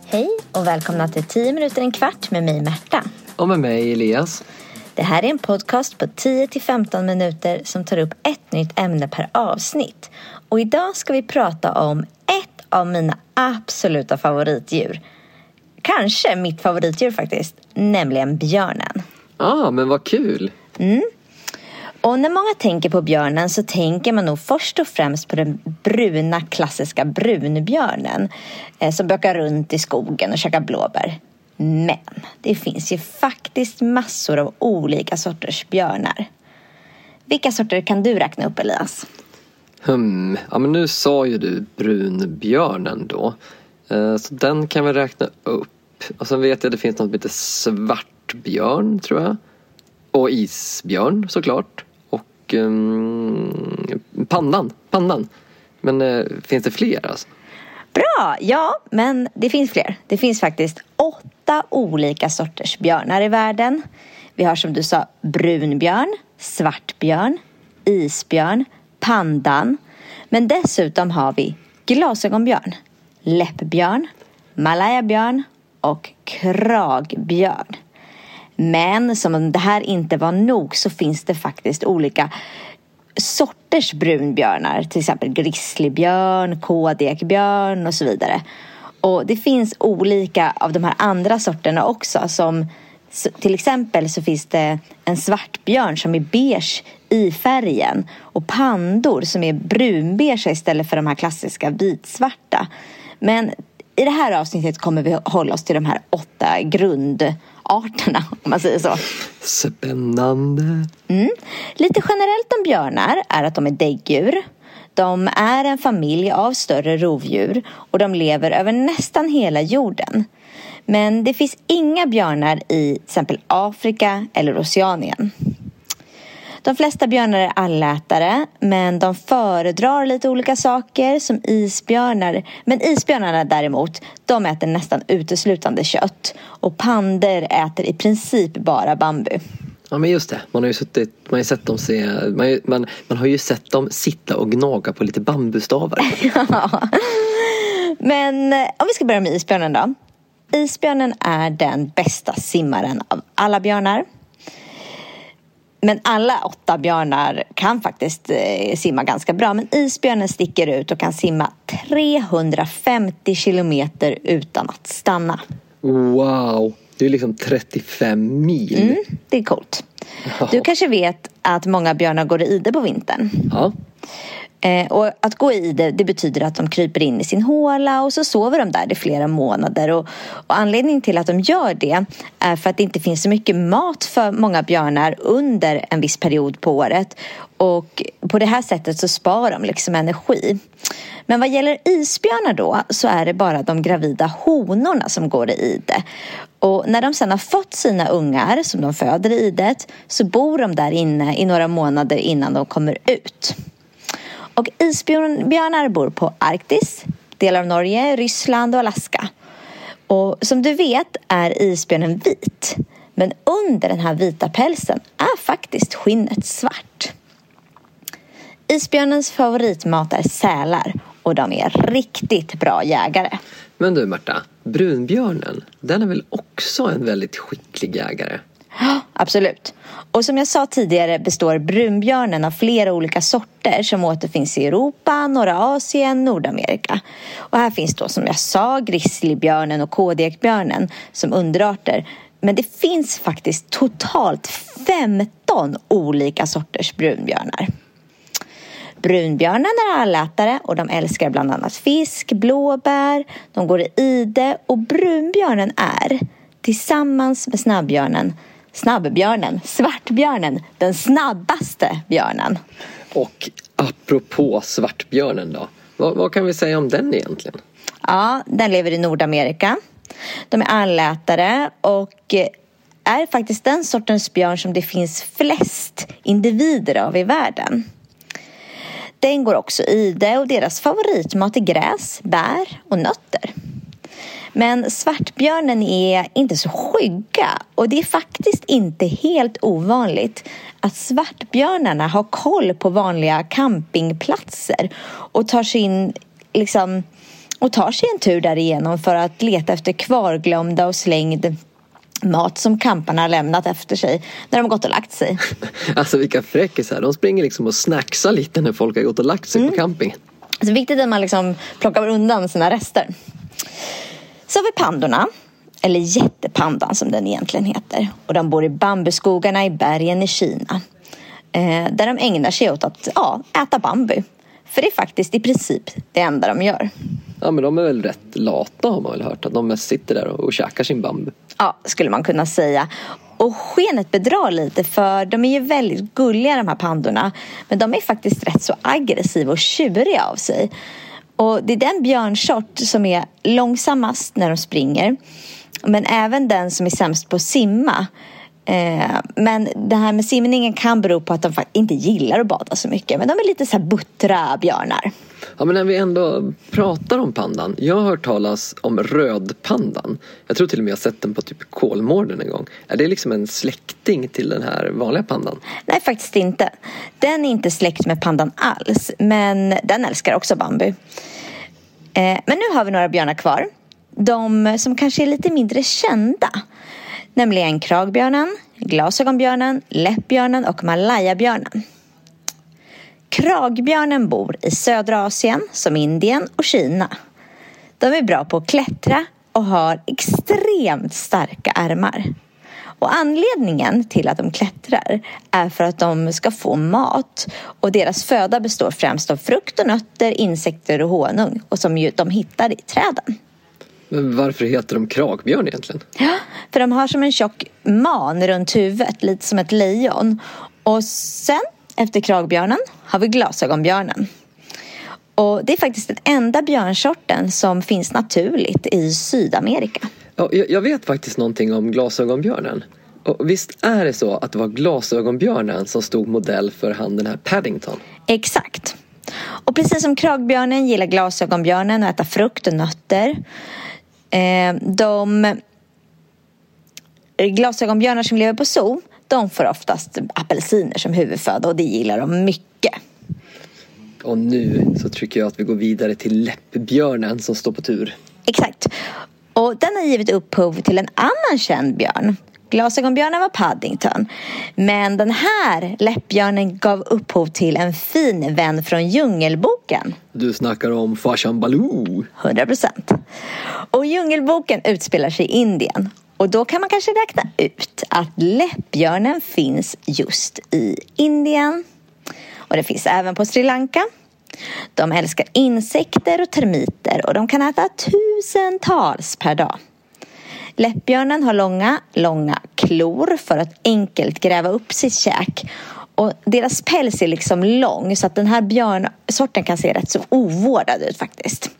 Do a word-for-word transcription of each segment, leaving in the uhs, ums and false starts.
Hej och välkomna till tio minuter en kvart med mig Märta. Och med mig Elias. Det här är en podcast på tio till femton minuter som tar upp ett nytt ämne per avsnitt. Och idag ska vi prata om ett av mina absoluta favoritdjur. Kanske mitt favoritdjur faktiskt, nämligen björnen. Ja, ah, men vad kul. Mm. Och när många tänker på björnen så tänker man nog först och främst på den bruna klassiska brunbjörnen eh, som bökar runt i skogen och käkar blåbär. Men det finns ju faktiskt massor av olika sorters björnar. Vilka sorter kan du räkna upp, Elias? Hmm, ja men nu sa ju du brunbjörnen då. Eh, så den kan vi räkna upp. Och sen vet jag att det finns något som heter svartbjörn, tror jag. Och isbjörn såklart. Och um, pandan, pandan. Men uh, finns det fler alltså? Bra, ja, men det finns fler. Det finns faktiskt åtta olika sorters björnar i världen. Vi har som du sa brunbjörn, svartbjörn, isbjörn, pandan. Men dessutom har vi glasögonbjörn, läppbjörn, malayabjörn och kragbjörn. Men som om det här inte var nog så finns det faktiskt olika sorters brunbjörnar. Till exempel grizzlybjörn, kodekbjörn och så vidare. Och det finns olika av de här andra sorterna också. Som till exempel så finns det en svartbjörn som är beige i färgen. Och pandor som är brunbeige istället för de här klassiska vitsvarta. Men i det här avsnittet kommer vi hålla oss till de här åtta grundarterna, om man säger så. Spännande. Mm. Lite generellt om björnar är att de är däggdjur. De är en familj av större rovdjur och de lever över nästan hela jorden. Men det finns inga björnar i till exempel Afrika eller Oceanien. De flesta björnar är allätare, men de föredrar lite olika saker som isbjörnar. Men isbjörnarna däremot, de äter nästan uteslutande kött. Och pander äter i princip bara bambu. Ja, men just det. Man har ju, suttit, man har ju sett dem se, man, man, man har ju sett dem sitta och gnaga på lite bambustavar. Ja. Men om vi ska börja med isbjörnen då. Isbjörnen är den bästa simmaren av alla björnar. Men alla åtta björnar kan faktiskt eh, simma ganska bra. Men isbjörnen sticker ut och kan simma trehundrafemtio kilometer utan att stanna. Wow, det är liksom trettiofem mil. Mm, det är coolt. Ja. Du kanske vet att många björnar går i ide på vintern. Ja. Eh, och att gå i det, det betyder att de kryper in i sin håla och så sover de där i flera månader. Och, och anledningen till att de gör det är för att det inte finns så mycket mat för många björnar under en viss period på året. Och på det här sättet så sparar de liksom energi. Men vad gäller isbjörnar då så är det bara de gravida honorna som går i det. Och när de sedan har fått sina ungar som de föder i idet så bor de där inne i några månader innan de kommer ut. Och isbjörnar bor på Arktis, delar av Norge, Ryssland och Alaska. Och som du vet är isbjörnen vit. Men under den här vita pälsen är faktiskt skinnet svart. Isbjörnens favoritmat är sälar och de är riktigt bra jägare. Men du Märta, brunbjörnen, den är väl också en väldigt skicklig jägare? Ja, absolut. Och som jag sa tidigare består brunbjörnen av flera olika sorter som återfinns i Europa, norra Asien, Nordamerika. Och här finns då som jag sa grizzlybjörnen och kodekbjörnen som underarter. Men det finns faktiskt totalt femton olika sorters brunbjörnar. Brunbjörnen är allätare och de älskar bland annat fisk, blåbär, de går i ide och brunbjörnen är tillsammans med snabbjörnen Snabbbjörnen, svartbjörnen, den snabbaste björnen. Och apropå svartbjörnen då, vad, vad kan vi säga om den egentligen? Ja, den lever i Nordamerika. De är allätare och är faktiskt den sortens björn som det finns flest individer av i världen. Den går också i det och deras favoritmat är gräs, bär och nötter. Men svartbjörnen är inte så skygga och det är faktiskt inte helt ovanligt att svartbjörnarna har koll på vanliga campingplatser och tar sig in liksom och tar sig en tur därigenom för att leta efter kvarglömda och slängd mat som kamparna har lämnat efter sig när de har gått och lagt sig. Alltså vilka fräckisar. De springer liksom och snacksar lite när folk har gått och lagt sig mm. på campingen. Så det är viktigt att man liksom plockar undan sina rester. Så har vi pandorna, eller jättepandan som den egentligen heter. Och de bor i bambuskogarna i bergen i Kina. Eh, där de ägnar sig åt att ja, äta bambu. För det är faktiskt i princip det enda de gör. Ja, men de är väl rätt lata har man väl hört. Att de mest sitter där och, och käkar sin bambu. Ja, skulle man kunna säga. Och skenet bedrar lite för de är ju väldigt gulliga de här pandorna. Men de är faktiskt rätt så aggressiva och tjuriga av sig. Och det är den björnsort som är långsammast när de springer. Men även den som är sämst på att simma. Eh, men det här med simningen kan bero på att de faktiskt inte gillar att bada så mycket. Men de är lite så här buttra björnar. Ja, men när vi ändå pratar om pandan. Jag har hört talas om rödpandan. Jag tror till och med jag har sett den på typ Kolmården en gång. Är det liksom en släkting till den här vanliga pandan? Nej, faktiskt inte. Den är inte släkt med pandan alls. Men den älskar också bambu. Eh, men nu har vi några björnar kvar. De som kanske är lite mindre kända. Nämligen kragbjörnen, glasögonbjörnen, läppbjörnen och malayabjörnen. Kragbjörnen bor i södra Asien som Indien och Kina. De är bra på att klättra och har extremt starka armar. Och anledningen till att de klättrar är för att de ska få mat. Och deras föda består främst av frukt och nötter, insekter och honung. Och som ju de hittar i träden. Men varför heter de kragbjörn egentligen? Ja, för de har som en tjock man runt huvudet, lite som ett lejon. Och sen, efter kragbjörnen, har vi glasögonbjörnen. Och det är faktiskt den enda björnsorten som finns naturligt i Sydamerika. Ja, jag, jag vet faktiskt någonting om glasögonbjörnen. Och visst är det så att det var glasögonbjörnen som stod modell för han den här Paddington? Exakt. Och precis som kragbjörnen gillar glasögonbjörnen att äta frukt och nötter. Eh, de glasögonbjörnar som lever på zoo, de får oftast apelsiner som huvudföda och det gillar de mycket. Och nu så tycker jag att vi går vidare till läppbjörnen som står på tur. Exakt. Och den har givit upphov till en annan känd björn. Glasögonbjörnen var Paddington. Men den här läppbjörnen gav upphov till en fin vän från Djungelboken. Du snackar om Farsan Baloo. hundra procent. Och Djungelboken utspelar sig i Indien. Och då kan man kanske räkna ut att läppbjörnen finns just i Indien. Och det finns även på Sri Lanka. De älskar insekter och termiter och de kan äta tusentals per dag. Läppbjörnen har långa, långa klor för att enkelt gräva upp sitt käk. Och deras päls är liksom lång så att den här björnsorten kan se rätt så ovårdad ut faktiskt.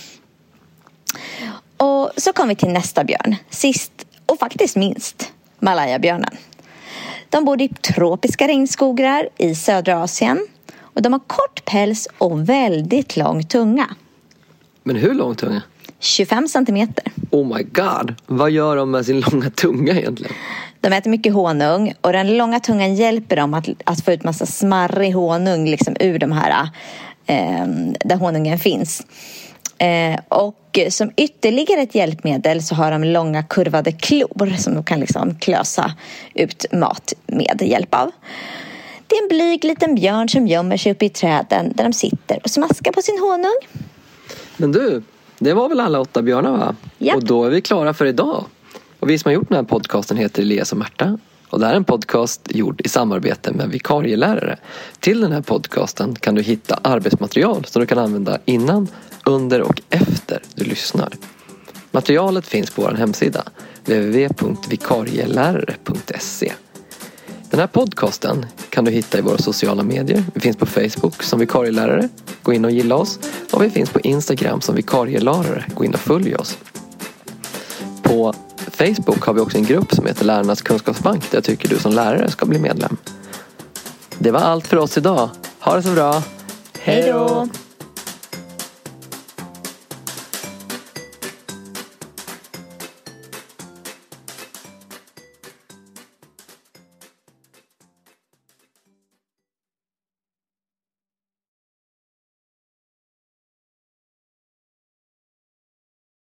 Och så kommer vi till nästa björn. Sist och faktiskt minst, malayabjörnen. De bor i tropiska regnskogar i södra Asien. Och de har kort päls och väldigt lång tunga. Men hur lång tunga? tjugofem centimeter. Oh my god, vad gör de med sin långa tunga egentligen? De äter mycket honung och den långa tungan hjälper dem att, att få ut massa smarrig honung liksom ur de här eh, där honungen finns. Eh, och som ytterligare ett hjälpmedel så har de långa kurvade klor som de kan liksom klösa ut mat med hjälp av. Det är en blyg liten björn som gömmer sig uppe i träden där de sitter och smaskar på sin honung. Men du, det var väl alla åtta björnar va? Ja. Och då är vi klara för idag. Och vi som har gjort den här podcasten heter Elias och Märta. Och det här är en podcast gjord i samarbete med vikarielärare. Till den här podcasten kan du hitta arbetsmaterial som du kan använda innan, under och efter du lyssnar. Materialet finns på vår hemsida w w w punkt vikarielärare punkt se. Den här podcasten kan du hitta i våra sociala medier. Vi finns på Facebook som vikarielärare. Gå in och gilla oss. Och vi finns på Instagram som vikarielärare. Gå in och följ oss. På Facebook har vi också en grupp som heter Lärarnas kunskapsbank. Där jag tycker du som lärare ska bli medlem. Det var allt för oss idag. Ha det så bra. Hej då!